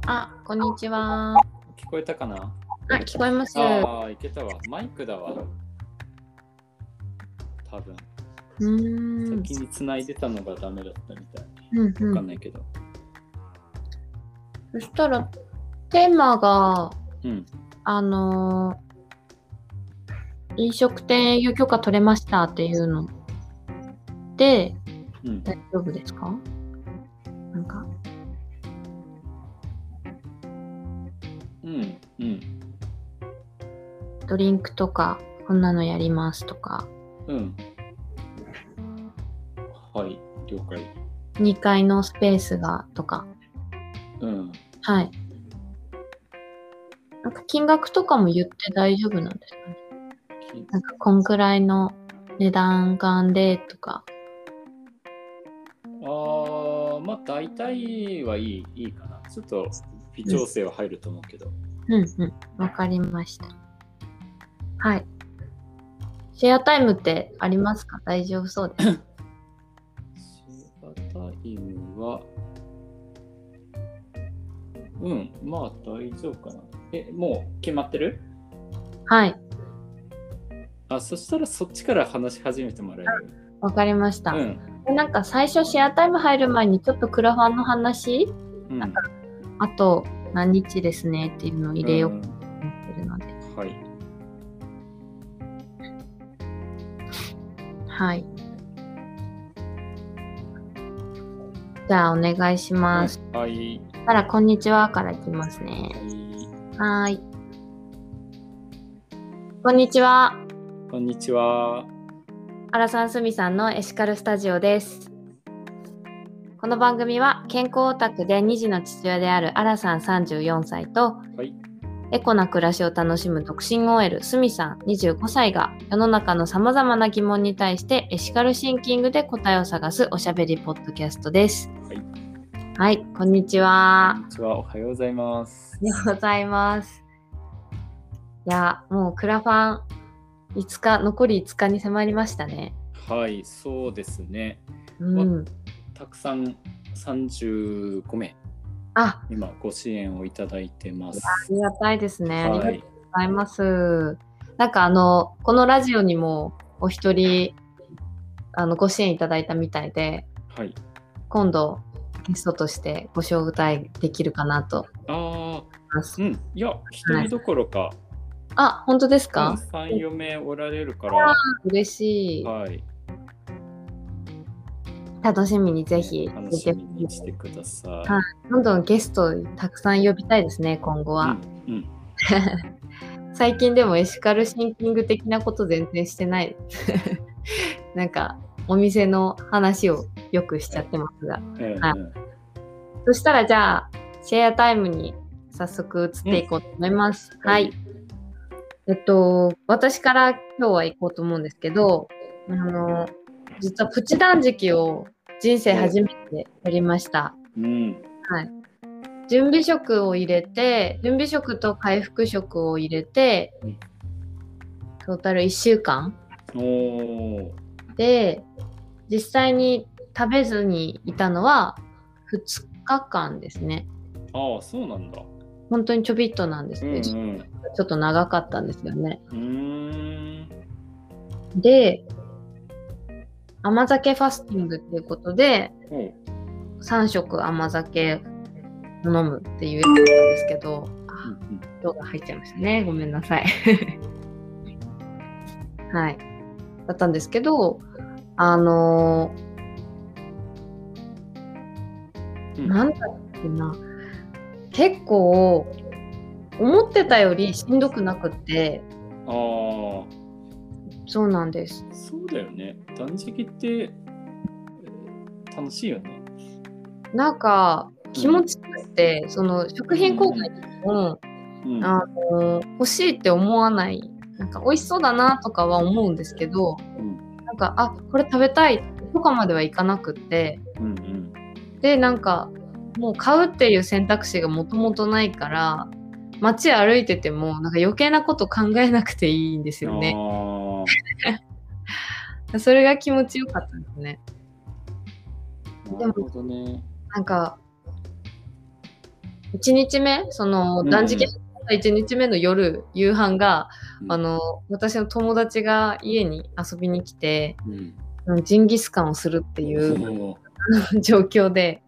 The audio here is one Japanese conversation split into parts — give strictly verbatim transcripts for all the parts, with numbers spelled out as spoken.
あ、こんにちは。 聞こえたかな？ あ、聞こえます。 ああ、いけたわ。マイクだわ。多分。 うーん。 先に繋いでたのがダメだったみたい。 うんうん、 わかんないけど。 そしたら、テーマが、 うん。 あのー、飲食店営業許可取れましたっていうので、 うん、 大丈夫ですか？なんか。 うん、うん。 ドリンクとか、こんなのやりますとか。 うん。はい、了解。 にかいのスペースがとか。 うん。 はい。なんか金額とかも言って大丈夫なんですかね。なんかこんくらいの値段感でとか。 ああ、まあ大体はいい、いいかな。ちょっと微調整は入ると思うけど。 うんうん。わかりました。はい。シェアタイムってありますか？大丈夫そうです。 シェアタイムは、うん、まあ大丈夫かな。え、もう決まってる？ はい。 あ、そしたらそっちから話し始めてもらえる？ わかりました。 うん。 でなんか最初シェアタイム入る前にちょっとクラファンの話、 うん、 なんかあと何日ですねっていうのを入れようと思ってるので。 はい。 はい。じゃあお願いします。 うん、はい。 たらこんにちはからいきますね。 はい。 はーい。こんにちは。 こんにちは。 アラサンスミさんのエシカルスタジオです。この番組は健康オタクでに児の父親であるアラさんさんじゅうよんさいと、 はい。 エコな暮らしを楽しむ独身 オーエル スミさんにじゅうごさいが世の中の様々な疑問に対してエシカルシンキングで答えを探すおしゃべりポッドキャストです。 はい。 はい、こんにちは。 こんにちは。おはようございます。 おはようございます。いや、もうクラファンいつか、残りいつかに迫りましたね。 はい、そうですね。 うん。 たくさんさんじゅうごめいあ、 今ご支援をいただいてます。 ありがたいですね。ありがとうはい。 ございます。なんかあの、このラジオにもお一人、あの、ご支援いただいたみたいで、 はい。 今度ゲストとしてご招待できるかなとああ、 思います。 うん。いや、一人どころか、 あ、本当ですうん、 か？ さん、よ名おられるから、 嬉しい。 はい。 楽しみにぜひ楽しみにしてください。 はい。どんどんゲストたくさん呼びたいですね、今後は。 うん、うん。 最近でもエシカルシンキング的なこと全然してない。なんか、お店の話をよくしちゃってますが。 うんはい。 うん、 そしたらじゃあ、シェアタイムに早速移っていこうと思います。 うん、 ははいい。 えっと、私から今日は行こうと思うんですけど、あの、実はプチ断食を人生初めてやりました。 うん。 はい。準備食を入れて、準備食と回復食を入れて、 うん、 トータルいっしゅうかんおー。 で、実際に食べずにいたのはふつかかんですね。 ああ、そうなんだ。 本当にちょびっとなんですけど、 うんうん、 ちょっと長かったんですよね。 うーん。 で、甘酒ファスティングっていうことで、 おさん食甘酒を飲むっていうやつだったんですけど、あ、動画入っちゃいましたね。ごめんなさい。はい。だったんですけど、あのー、なんだっけな。結構、思ってたよりしんどくなくって、 ああ、 そうなんです。 そうだよね。断食って楽しいよね。 なんか、気持ちよくて、うん、その食品公開も、うん、あの欲しいって思わない。なんか美味しそうだなとかは思うんですけど、うん、なんかあこれ食べたいとかまではいかなくって、うんうん、でなんかもう買うっていう選択肢がもともとないから街歩いててもなんか余計なこと考えなくていいんですよね。それが気持ちよかったんですね。 なるほどね。 なんかいちにちめ、その断食いちにちめの夜、夕飯が、うん、あの私の友達が家に遊びに来て、うん、ジンギスカンをするっていう状況で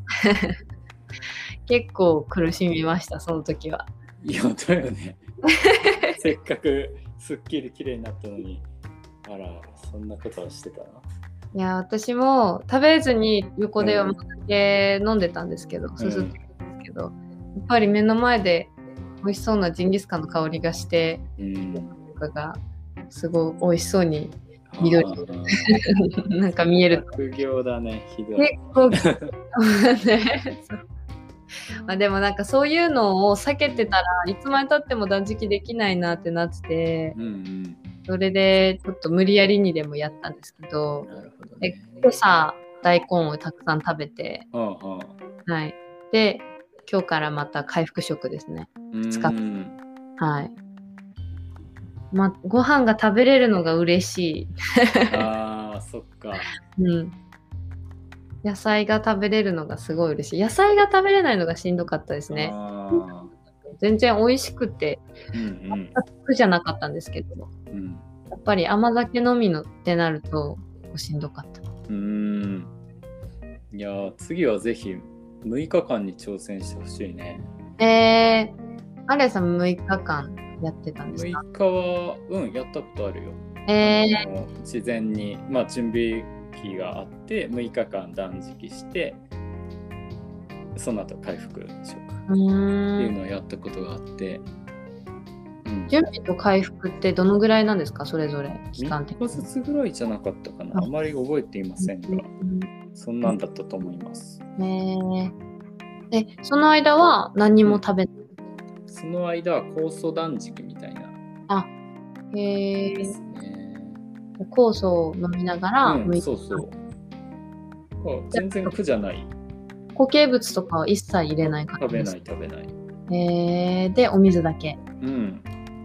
結構苦しみました、その時は。 いやだよねせっかくすっきり綺麗になったのに、あらそんなことをしてたな。 いや私も食べずに横でお酒飲んでたんですけど、すすってたんですけど、やっぱり目の前で美味しそうなジンギスカンの香りがして、うん、とかがすごい美味しそうに緑なんか見える。 悪行だね、ひどい。 結構ねまあでもなんかそういうのを避けてたらいつまでたっても断食できないなってなってて、うんうん、それでちょっと無理やりにでもやったんですけど、なるほどね、今朝大根をたくさん食べて、ああはい、で今日からまた回復食ですね。ふつかはい。まあご飯が食べれるのが嬉しい。 ああそっか。 うん。野菜が食べれるのがすごい嬉しい。野菜が食べれないのがしんどかったですね。全然美味しくて、うんうん、苦じゃなかったんですけど、うん、やっぱり甘酒飲みのってなるとしんどかった。うーん。いや次はぜひむいかかんに挑戦してほしいね。 えー、アレさんむいかかんやってたんですか？ むいかはうんやったことあるよ。 えー、 自然にまあ準備期があってむいかかん断食してその後回復食っていうのをやったことがあって、 うん、準備と回復ってどのぐらいなんですか、それぞれ期間的に？ みっかずつぐらいじゃなかったかな、あまり覚えていませんが、うん、そんなんだったと思います。 へええその間は何も食べない、 うん、その間は酵素断食みたいな。 あへえですね。酵素を飲みながら、 うん、そうそう。全然苦じゃない。 固形物とかは一切入れない感じです。食べない食べない。 えー、でお水だけ。うん。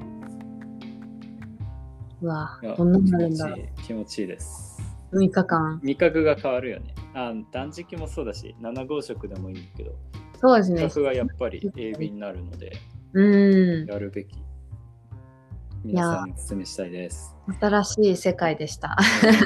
うわ、どんなになるんだろう。 気持ちいいです。 むいかかん。 味覚が変わるよね。あ、断食もそうだし、ななごう食でもいいんだけど。 そうですね。 味覚がやっぱり鋭敏になるので、 うん。 やるべき。皆さんにお勧めしたいです。 新しい世界でした。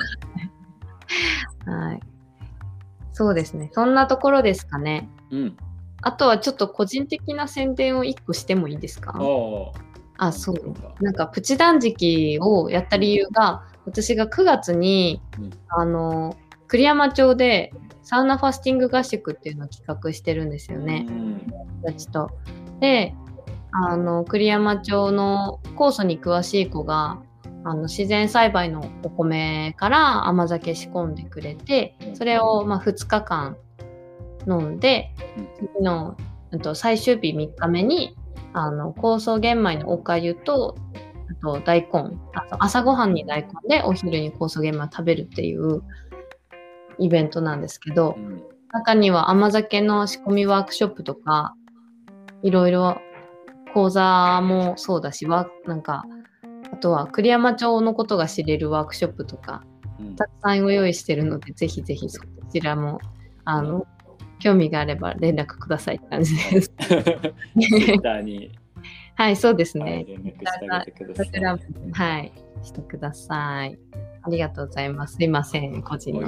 はい。そうですね。そんなところですかね。うん。あとはちょっと個人的な宣伝をいっこしてもいいですか？ああ、そう。なんかプチ断食をやった理由が、私がくがつに、うん、あの栗山町でサウナファスティング合宿っていうのを企画してるんですよね。うん、たちと。で、あの栗山町の酵素に詳しい子があの自然栽培のお米から甘酒仕込んでくれて、それをまあふつかかん飲んで、次の、うん、と最終日みっかめにあの酵素玄米のおかゆとあと大根、あと朝ごはんに大根でお昼に酵素玄米を食べるっていうイベントなんですけど、うん、中には甘酒の仕込みワークショップとかいろいろ講座もそうだし、なんかあとは栗山町のことが知れるワークショップとか、うん、たくさんご用意してるので、ぜひぜひそちらもあの、うん、興味があれば連絡くださいって感じです。 Twitter にはい、そうですね。 はい、連絡してあげてください。 はい、してください。ありがとうございます。すいません、個人の。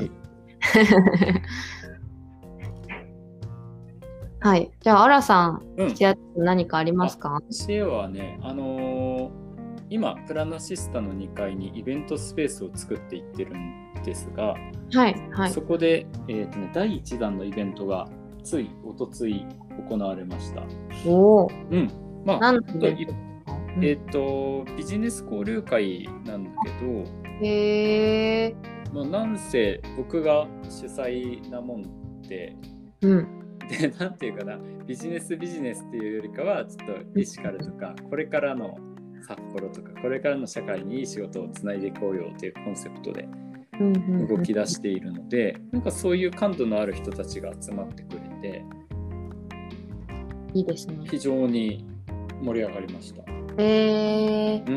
はい、じゃあ、アラさん、うん、何かありますか？ 私はね、あのー、今、プラナシスタのにかいにイベントスペースを作っていってるんですが、 はいはい、 そこで、えーとね、だいいちだんのイベントがついおとつい行われました。 おー、 うん、まあ、 なんでえーと、ビジネス交流会なんだけど、 へー、 まあ、なんせ僕が主催なもんで、 うんでなんていうかな、ビジネスビジネスっていうよりかはちょっとエシカルとかこれからの札幌とかこれからの社会にいい仕事をつないでいこうよっていうコンセプトで動き出しているので、なんかそういう感度のある人たちが集まってくれていいですね。 非常に盛り上がりました。 へー、 うん、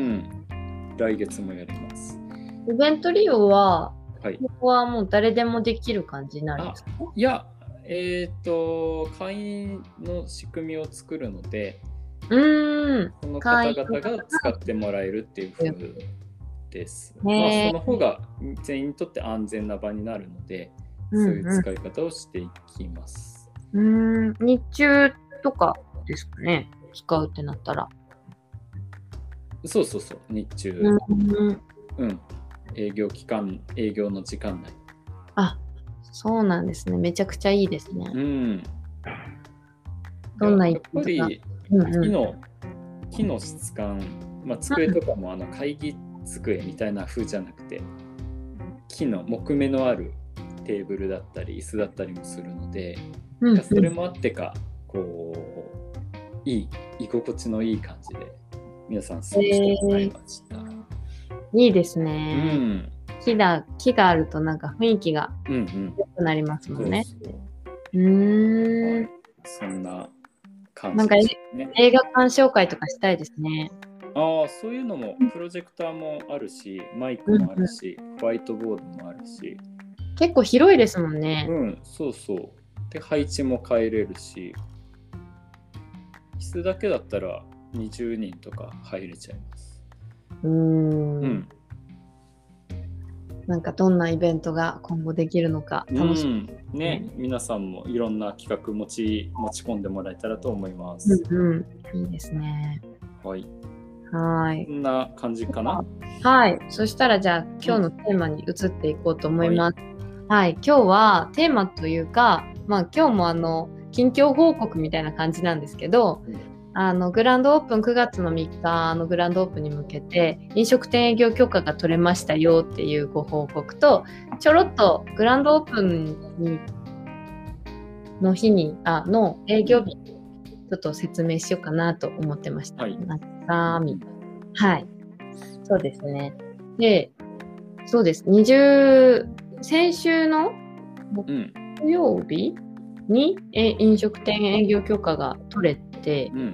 来月もやります。 イベント利用は、はい、ここはもう誰でもできる感じになるんですか？ いやえっ、ー、と会員の仕組みを作るので、 うーん、 この方々が使ってもらえるっていう風です。まあその方が全員にとって安全な場になるので、そういう使い方をしていきます。 うん、うん、日中とかですかね、使うってなったら。 そうそうそう、日中。うん、うん、営業期間、営業の時間内。 あ、そうなんですね。めちゃくちゃいいですね。 うん。 どんなやっぱり木の、木の質感、まあ、机とかもあの会議机みたいな風じゃなくて、木の木目のあるテーブルだったり椅子だったりもするので、うんうん、それもあってかこういい居心地のいい感じで皆さん過ごしてもらいました。 えー、いいですね、うん、木だ木があるとなんか雰囲気が良くなりますもんね。うーん、 そんな感じですね。 なんか映画鑑賞会とかしたいですね。 ああ、そういうのもプロジェクターもあるし、マイクもあるし、うんうん、ホワイトボードもあるし。 結構広いですもんね。 うん、そうそう。で、配置も変えれるし、椅子だけだったらにじゅうにんとか入れちゃいます。 うーん。うん、なんかどんなイベントが今後できるのか楽しみですね。 うんね、皆さんもいろんな企画持ち持ち込んでもらえたらと思います。 うんうん、いいですね。 はい。 はい。 こんな感じかな。 はい。そしたらじゃあ今日のテーマに移っていこうと思います。はい。はい、今日はテーマというか、まあ今日もあの近況報告みたいな感じなんですけど、うん、あのグランドオープンくがつのみっかのグランドオープンに向けて飲食店営業許可が取れましたよっていうご報告と、ちょろっとグランドオープンにの日にあの営業日ちょっと説明しようかなと思ってました。はい。はい。そうですね。で、そうです。にじゅう先週の木曜日に、うん、え飲食店営業許可が取れて、うんうん、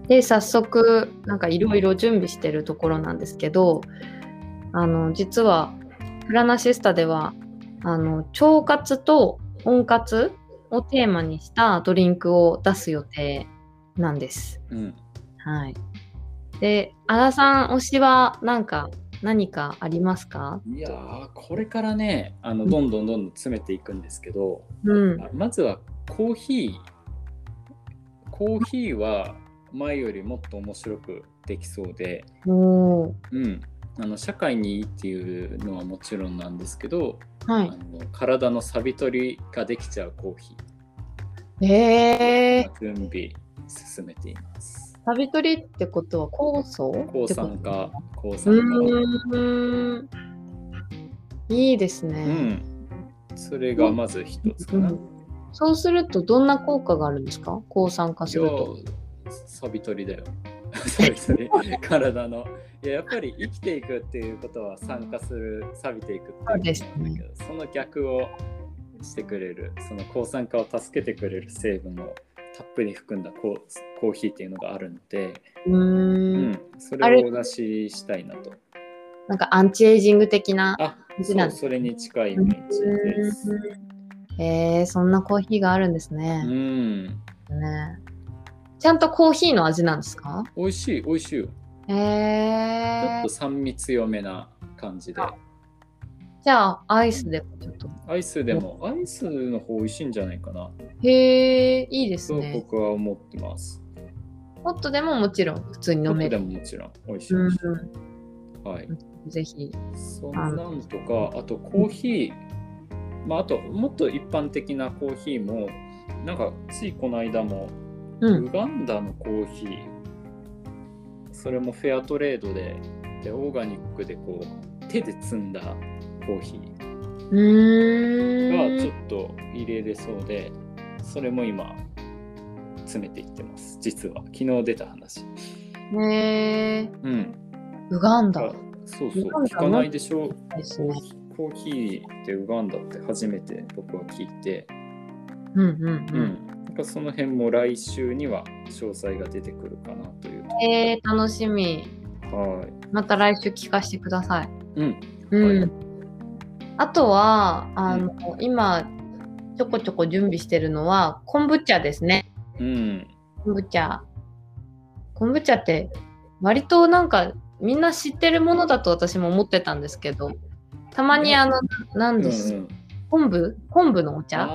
で早速なんかいろいろ準備してるところなんですけど、あの実はプラナシスタではあの腸活と温活をテーマにしたドリンクを出す予定なんです。うん、はい。で、阿田さん推しはなんか何かありますか？ いやー、これからね、あのどんどんどんどん詰めていくんですけど、うん、まずはコーヒー。コーヒーは前よりもっと面白くできそうで、うん、あの社会にいいっていうのはもちろんなんですけど、はい、あの体のサビ取りができちゃうコーヒー、えー、準備進めています。 サビ取りってことは酵素？ 抗酸化、抗酸化。 うーん、いいですね。 うん、それがまず一つかな。うん、 そうするとどんな効果があるんですか？抗酸化すると。 サビ取りだよ。サビ取り体の。いや、やっぱり生きていくっていうことは酸化する、錆びていくっていうことなんだけど、その逆をしてくれる、その抗酸化を助けてくれる成分をたっぷり含んだコ ー, コーヒーっていうのがあるので、うーん、うん、それをお出ししたいなと。 なんかアンチエイジング的な感じなんです。そう、それに近いイメージです。 えー、そんなコーヒーがあるんですね。うん、ね。ちゃんとコーヒーの味なんですか？ 美味しい、美味しいよ。えー、ちょっと酸味強めな感じで。 じゃあアイスでもちょっと。 アイスでも、アイスの方美味しいんじゃないかな。 へえ、いいですね。 そう僕は思ってます。 ホットでももちろん普通に飲める。 ホットでももちろん美味しい、うん、はい。 ぜひ。 そんなんとか、あとコーヒー、まあ、あともっと一般的なコーヒーもなんかついこの間も、うん、ウガンダのコーヒー、それもフェアトレード で, でオーガニックでこう手で摘んだコーヒーがちょっと入れれそうで、それも今詰めていってます。実は昨日出た話。 へー、うん、ウガンダ。 そうそう、聞かないでしょ。ですね。コーヒーでウガンダって初めて僕は聞いて、うんうんうん、うん、なんかその辺も来週には詳細が出てくるかなという。 えー、楽しみ。はい。また来週聞かせてください。うん。うん。はい、あとはあの、うん、今ちちょこちょこ準備してるのは昆布茶ですね。 うん。 昆布茶。昆布茶って割となんかみんな知ってるものだと私も思ってたんですけど、たまにあの、なんです、うんうん、昆布昆布のお茶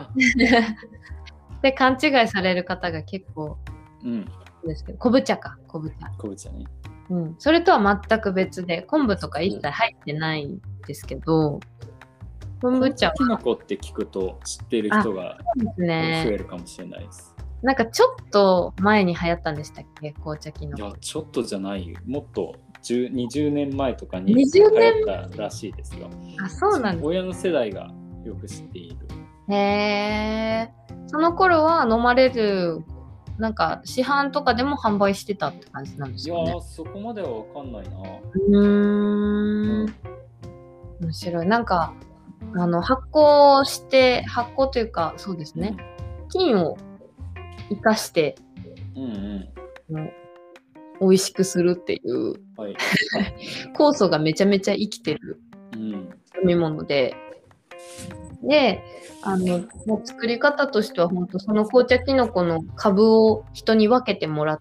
で勘違いされる方が結構ですけど、昆布茶か、昆布茶。 昆布茶ね。 うん、それとは全く別で、昆布とか一切入ってないんですけど、昆布茶はきのこって聞くと知ってる人が増えるかもしれないです。 なんかちょっと前に流行ったんでしたっけ、紅茶きのこ。 いや、ちょっとじゃないよ。もっとじゅう、にじゅうねんまえとかに流行ったらしいですよ。 あ、そうなんです。 親の世代がよく知っている。 へー。その頃は飲まれる、なんか市販とかでも販売してたって感じなんですかね。 いやー、そこまでは分かんないな。 うーん。うん、面白い。なんかあの発酵して発酵というか、そうですね。うん、菌を生かして、うんうん、美味しくするっていう、はい、酵素がめちゃめちゃ生きてる飲み物で、うん、で、あのもう作り方としては本当その紅茶きのこの株を人に分けてもらって、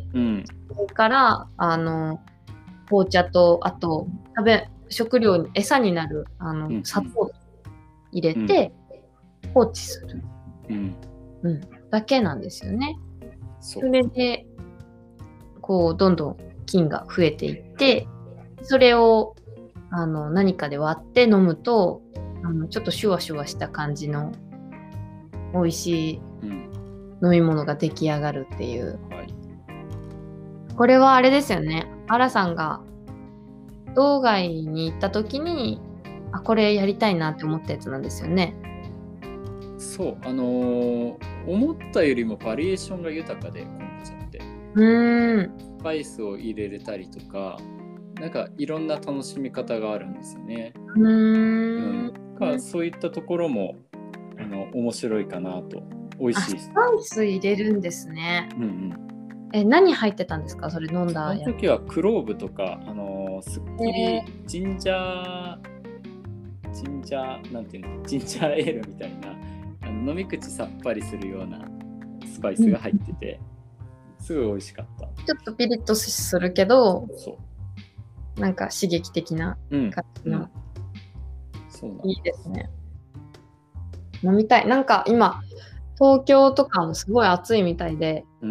うん、それからあの紅茶とあと食べ食料に餌になるあの、うん、砂糖を入れて放置する、うんうん、だけなんですよね。そ, それでこうどんどん菌が増えていって、それをあの何かで割って飲むとあのちょっとシュワシュワした感じの美味しい飲み物が出来上がるっていう、うん、はい、これはあれですよね。アラさんが道外に行った時にあこれやりたいなって思ったやつなんですよね。 そうあのー、思ったよりもバリエーションが豊かで昆布茶って、うーん、 スパイスを入れれたりとかなんかいろんな楽しみ方があるんですよね。 うーん、 うん、そういったところもあの面白いかなと。美味しいです。 スパイス入れるんですね。うんうん、え何入ってたんですかそれ飲んだやつ。その時はクローブとか、あのー、すっきりジンジャージンジャーなんていうのジンジャーエールみたいなあの飲み口さっぱりするようなスパイスが入ってて、うん、すごい美味しかった。 ちょっとピリッとするけど、そうなんか刺激的な感じの、うんうん、そうなんです。いいですね。飲みたい。なんか今東京とかもすごい暑いみたいで、うん、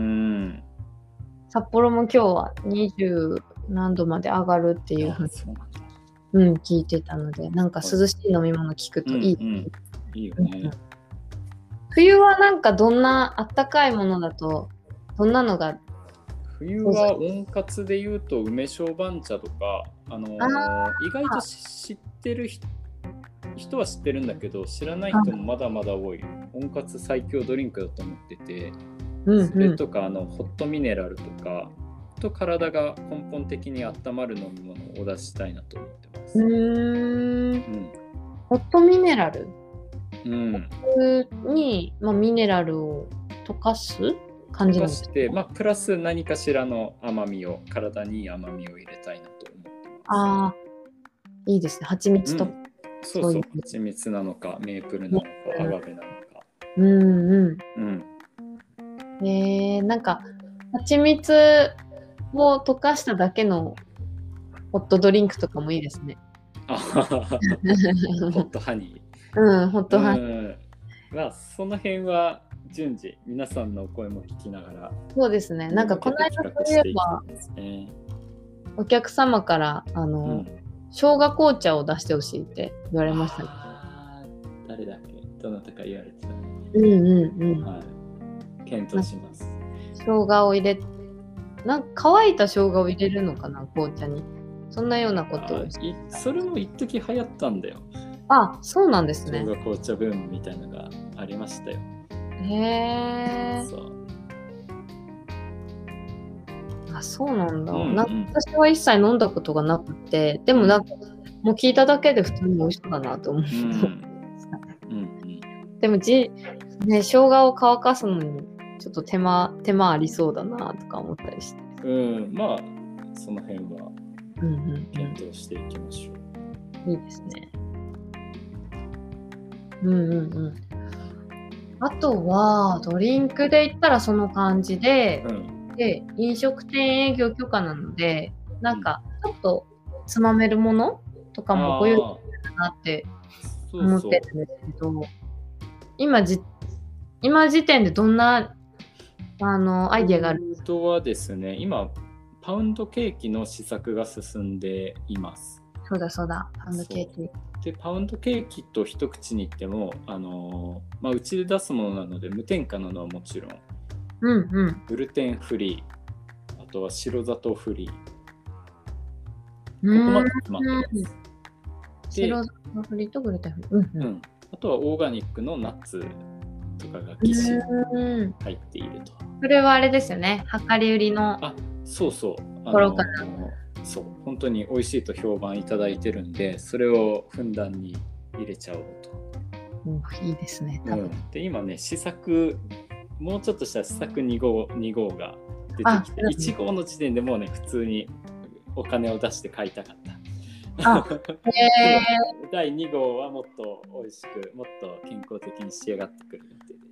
札幌も今日はにじゅう何度まで上がるっていうふうに、うん、聞いてたので、なんか涼しい飲み物聞くといい、うんうん、 いいよね、うん。 冬はなんかどんなあったかいものだとどんなのが。 冬は温活でいうと梅小番茶とか、あのー、あ意外と知ってる人人は知ってるんだけど知らない人もまだまだ多い温活最強ドリンクだと思ってて、うんうん、それとかあのホットミネラルとかと体が根本的に温まる飲み物をお出ししたいなと思ってます。うーん、うん、 ホットミネラル、 うん、 に、まあ、ミネラルを溶かす感じなんですか？ 溶かして、まあ、プラス何かしらの甘みを体にいい甘みを入れたいなと思ってます。ああ、いいですね。蜂蜜と、うん、 そうそう、蜂蜜なのかメープルなのか、うん、アガベなのか。 うんうんうん。えー、なんか蜂蜜を溶かしただけのホットドリンクとかもいいですね。 ホットハニー。うん、ホットハニー。 まあその辺は順次皆さんのお声も聞きながら。 そうですね。なんかこの間そういえば、ね、お客様からあの、うん、生姜紅茶を出してほしいって言われましたね。 あ誰だっけどなたか言われてたね。 うんうんうん。 はい、検討します。 生姜を入れなんか乾いた生姜を入れるのかな紅茶に。そんなようなことを。 それも一時流行ったんだよ。 あ、そうなんですね。 生姜紅茶ブームみたいなのがありましたよ。 へー。そう。あ、そうなんだ。うんうん、なんか私は一切飲んだことがなくて、でもなんか、もう聞いただけで普通に美味しそうだなと思う。うんうん、でもじ、ね、生姜を乾かすのにちょっと手間、手間ありそうだなとか思ったりして。 うん、まあ、その辺は検討していきましょう。 うんうんうん、いいですね。うんうんうん。 あとはドリンクで言ったらその感じで、うん、で飲食店営業許可なのでなんかちょっとつまめるものとかもご用意したいなって思ってるんですけど、そうそう、今じ今時点でどんなあのアイディアがあるんですか？ 本当はですね、今パウンドケーキの試作が進んでいます。 そうだそうだ、パウンドケーキ。 でパウンドケーキと一口に言っても、あのーまあ、うちで出すものなので無添加なのはもちろん、 うんうん、 グルテンフリー、あとは白砂糖フリー、ここまで決まってます。 白砂糖フリーとグルテンフリー、うんうんうん、 あとはオーガニックのナッツとかがぎっしり入っていると。 それはあれですよね、量り売りの。 あ、そうそう、あのそう本当に美味しいと評判いただいてるんで、それをふんだんに入れちゃおうと。 お、いいですね、 多分、うん、で今ね試作もうちょっとしたら試作に号、に号が出てきて、いち号の時点でもうね普通にお金を出して買いたかった。あへだいに号はもっと美味しく、もっと健康的に仕上がってくる予定です。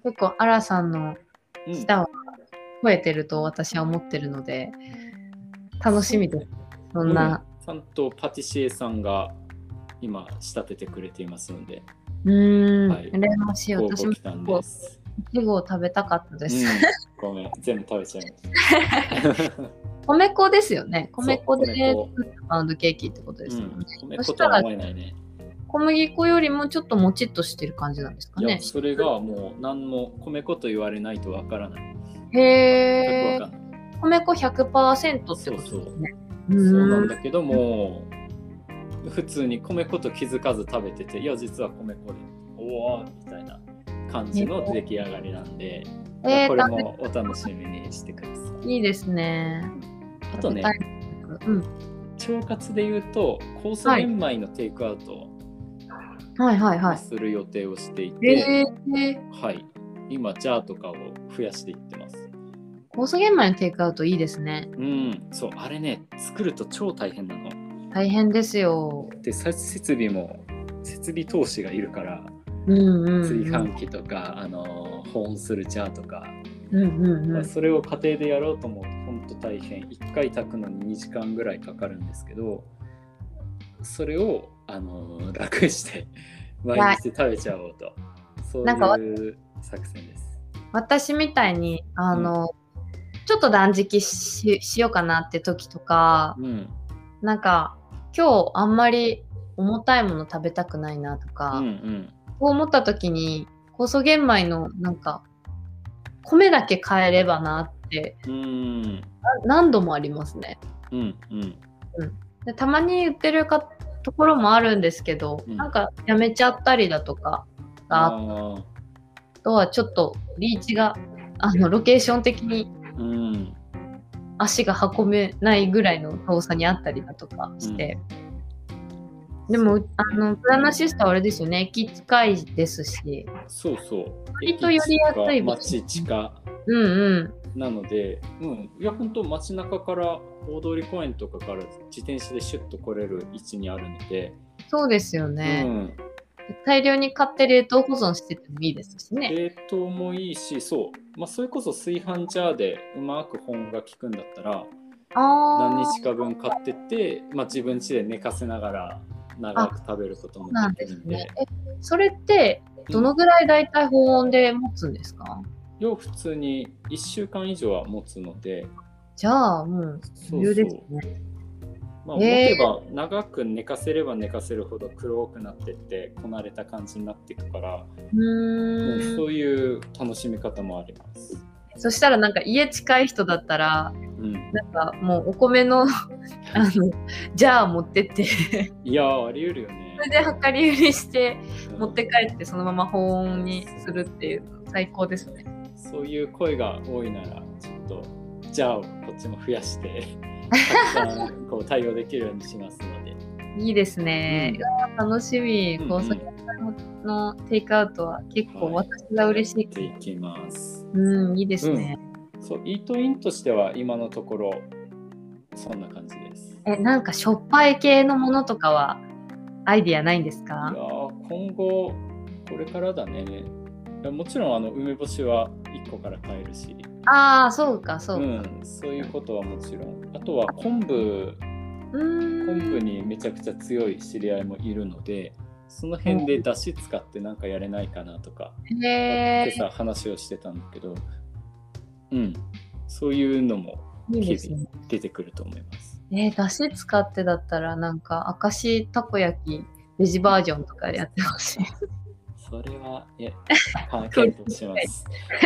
結構アラさんの舌は増えてると私は思ってるので、うん、楽しみです。そんな、 うん、ちゃんとパティシエさんが今仕立ててくれていますので、 うーん、はい、羨ましい。 私もいちごを食べたかったです。 うん、ごめん、全部食べちゃいました。 米粉ですよね。米粉で作ったパウンドケーキってことですよね。 うん、米粉とは思えないね。 小麦粉よりもちょっともちっとしてる感じなんですかね。 いや、それがもう何も米粉と言われないとわからない。 へー。米粉 ひゃくパーセント ってことですね。そうそう。そうなんだけども、普通に米粉と気づかず食べてて、いや実は米粉で、おーみたいな感じの出来上がりなんで、えー、これもお楽しみにしてください。 いいですね。 あとね、うん、腸活で言うと酵素玄米のテイクアウトをする予定をしていて、はいはいはいはい、今ジャーとかを増やしていってます。 酵素玄米のテイクアウトいいですね。 うん、そうあれね作ると超大変なの。 大変ですよ。 で設備も設備投資がいるから、 うんうんうん、 炊飯器とかあの保温するジャーとか。 うんうんうん、 それを家庭でやろうと思うと本当大変。いっかい炊くのににじかんぐらいかかるんですけど、それを、あのー、楽して毎日食べちゃおうと、そういう作戦です。 私みたいにあの、うん、ちょっと断食 し, しようかなって時とか、うん、なんか今日あんまり重たいもの食べたくないなとか、うんうん、そう思った時に酵素玄米のなんか米だけ変えればなってうん何度もありますね。うんうんうん、でたまに売ってるかところもあるんですけど、うん、なんかやめちゃったりだとかがあとはちょっとリーチがあのロケーション的に足が運べないぐらいの遠さにあったりだとかして、うん、でもあのプラナシスタはあれですよね、駅近いですし、 そうそう割と寄りやすい場所、街近うんうんなので、うん、いや本当街中から大通公園とかから自転車でシュッと来れる位置にあるので。 そうですよね、うん、大量に買って冷凍保存しててもいいですしね。 冷凍もいいし、そう、まあ、それこそ炊飯ジャーでうまく保温が効くんだったら何日か分買ってって、まあ、自分家で寝かせながら長く食べることもできるん で, で、ね、えそれってどのぐらいだいたい保温で持つんですか？ うん、要普通にいっしゅうかん以上は持つので。 じゃあもう余裕ですね。そうそう、 まあ、持てば長く寝かせれば寝かせるほど黒くなってってこなれた感じになっていくから、うーん、そういう楽しみ方もあります。 そしたらなんか家近い人だったら、うん、なんかもうお米のあのジャー持ってっていやあり得るよね。 それで量り売りして持って帰ってそのまま保温にするっていう最高ですね。 そういう声が多いならちょっとジャーをこっちも増やしてたくさんこう対応できるようにしますので。 いいですね、うん、楽しみ。酵素玄米のテイクアウトは結構私が嬉しい。 やっていきます。 うん、いいですね、 うん、そうイートインとしては今のところそんな感じです。 え、なんかしょっぱい系のものとかはアイディアないんですか？ いや今後これからだね。 もちろんあの梅干しはいっこから買えるし、 ああそうかそうか、 うん、そういうことはもちろん。あとは昆布昆布にめちゃくちゃ強い知り合いもいるので、その辺で出汁使ってなんかやれないかなとか、うん、今朝話をしてたんだけど、うん、そういうのも日々出てくると思います。 いいですね。えー、出汁使ってだったらなんか明石たこ焼きベジバージョンとかでやってほしい。 それは、いや、検討します。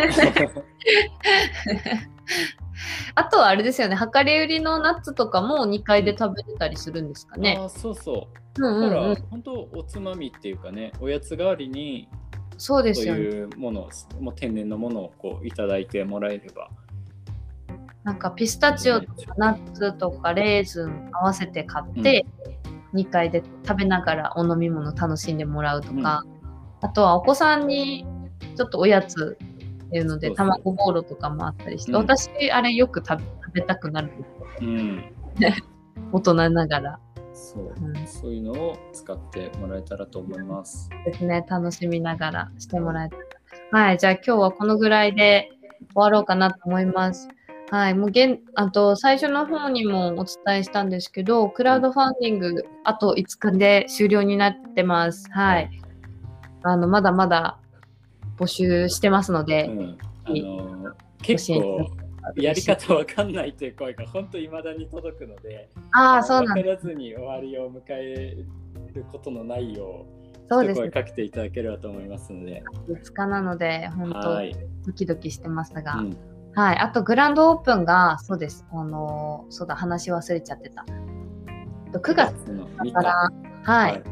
あとはあれですよね、量り売りのナッツとかもにかいで食べれたりするんですかね。 あ、そうそう。だから、うんうんうん、本当おつまみっていうかね、おやつ代わりにそうですよね、 そういうものを、もう天然のものをこういただいてもらえれば。 なんかピスタチオとかナッツとかレーズン合わせて買って、うん、にかいで食べながらお飲み物楽しんでもらうとか、うん、あとはお子さんにちょっとおやつっていうので卵ボーロとかもあったりして、うん、私あれよく食べ、食べたくなるんですよ、うん、大人ながらそう、うん、そういうのを使ってもらえたらと思いますですね。楽しみながらしてもらえたら、はい、じゃあ今日はこのぐらいで終わろうかなと思います。はい、もう現あと最初の方にもお伝えしたんですけど、クラウドファンディングあといつかで終了になってます。はい、あのまだまだ募集してますので、うん、 あの結構やり方わかんないという声が本当に未だに届くので、 ああそうなんです。分からずに終わりを迎えることのないよう、 そうですね、 声かけていただければと思いますので、 いつかなので本当ドキドキしてますが、うん、はい、あとグランドオープンがそうです、あのそうだ話忘れちゃってた。くがつのみっかから、はいはい、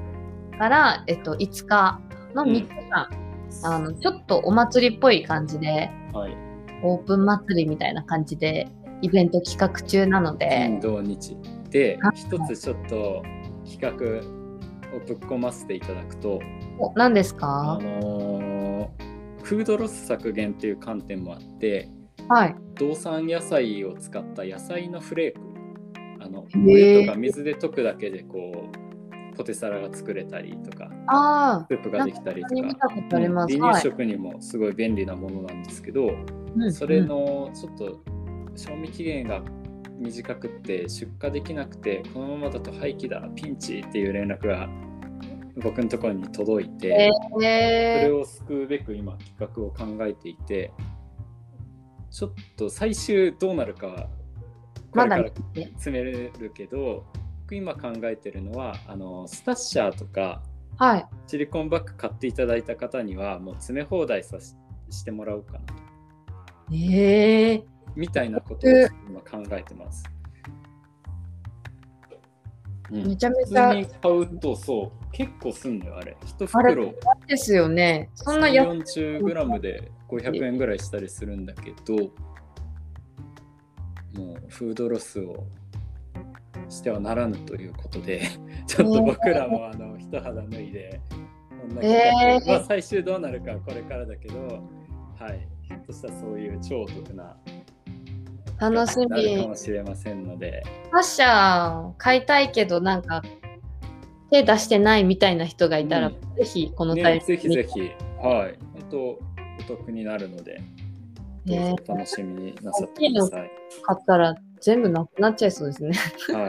からえっといつかのみっかかん、うん、あのちょっとお祭りっぽい感じで、はい、オープン祭りみたいな感じでイベント企画中なので、 金土日で一つちょっと企画をぶっ込ませていただくと、 お、何ですか？ あのー、フードロス削減っていう観点もあって、 はい、 道産野菜を使った野菜のフレーク、あのお湯とか水で溶くだけでこうポテサラが作れたりとか、 あスープができたりとか、 見たことあります。 離乳食にもすごい便利なものなんですけど、はい、それのちょっと賞味期限が短くって出荷できなくて、このままだと廃棄だピンチっていう連絡が僕のところに届いて、えー、それを救うべく今企画を考えていて、ちょっと最終どうなるかはこれから詰めるけど、僕今考えてるのはあのスタッシャーとか、はい、シリコンバッグ買っていただいた方にはもう詰め放題さし、してもらおうかなと、 えー、 みたいなことを今考えてます。うん、 めちゃめちゃ普通に買うとそう結構すんのよ、あれ一袋。あれですよね。そんなよんじゅうグラムでごひゃくえんぐらいしたりするんだけど、もうフードロスをしてはならぬということでちょっと僕らもあの一肌脱いでこんな企画、えー、まあ最終どうなるかはこれからだけど、はい、ひょっとしたらそういう超お得な楽しみなるかもしれませんので、 ファッション買いたいけどなんか手出してないみたいな人がいたら、うん、ぜひこのタイプ、 ね、ぜひぜひ、はい、本当お得になるので、どうぞ楽しみになさってください。 買ったら全部なくなっちゃいそうですね。 はい。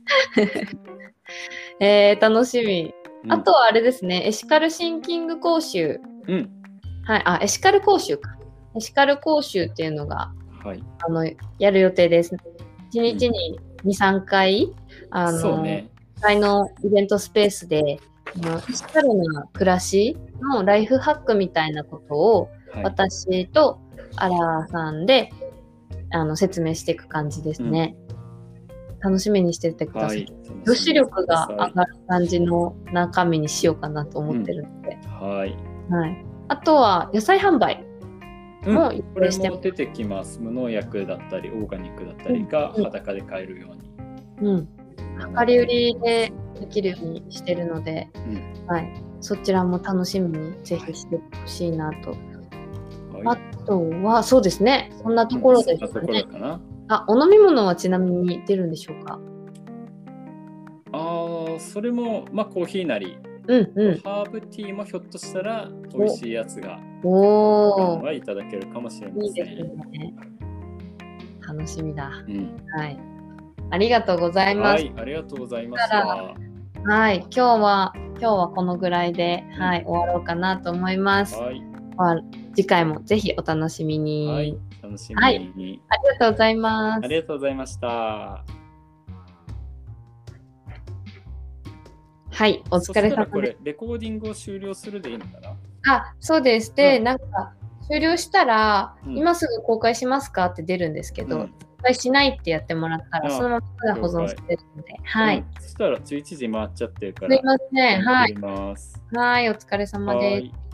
えー、楽しみ、うん。あとはあれですね、エシカルシンキング講習。 うん。 はい、あ、エシカル講習か。エシカル講習っていうのが、はい、あのやる予定です。いちにちにに、さんかい、あの、そうね、いっかいのイベントスペースで、エシカルな暮らしのライフハックみたいなことを、はい、私とアラさんであの説明していく感じですね。うん、楽しみにしててください。はい、女子力が上がる感じの中身にしようかなと思ってるので。 うん、はい、 はい。あとは野菜販売も、 うん、これも出てきます。無農薬だったりオーガニックだったりが裸で買えるように。 うん。うん、量り売りでできるようにしてるので、うん、はい。そちらも楽しみにぜひしてほしいなと。はい、あとはそうですね。そんなところですね。 そんなところかな。 あ、お飲み物はちなみに出るんでしょうか。 ああ、それもまあコーヒーなりうんうん、 ハーブティーもひょっとしたら美味しいやつがおはいただけるかもしれません。いいですね。 楽しみだ、 うん、 はい。ありがとうございます。 はい、ありがとうございました。 はい、今日は今日はこのぐらいで、うん、はい、終わろうかなと思います。はい、まあ、次回もぜひお楽しみに。 はい、楽しみに、はい。ありがとうございます。 ありがとうございました。 はい、お疲れ様です。そしたらこれレコーディングを終了するでいいのかな？ あ、そうです。で、うん、なんか終了したら、うん、今すぐ公開しますかって出るんですけど、うん、公開しないってやってもらったら、そのまま保存してるので、はい、うん。 そしたらじゅういちじ回っちゃってるから。 すいません。はい。 ます。 はい、お疲れ様です。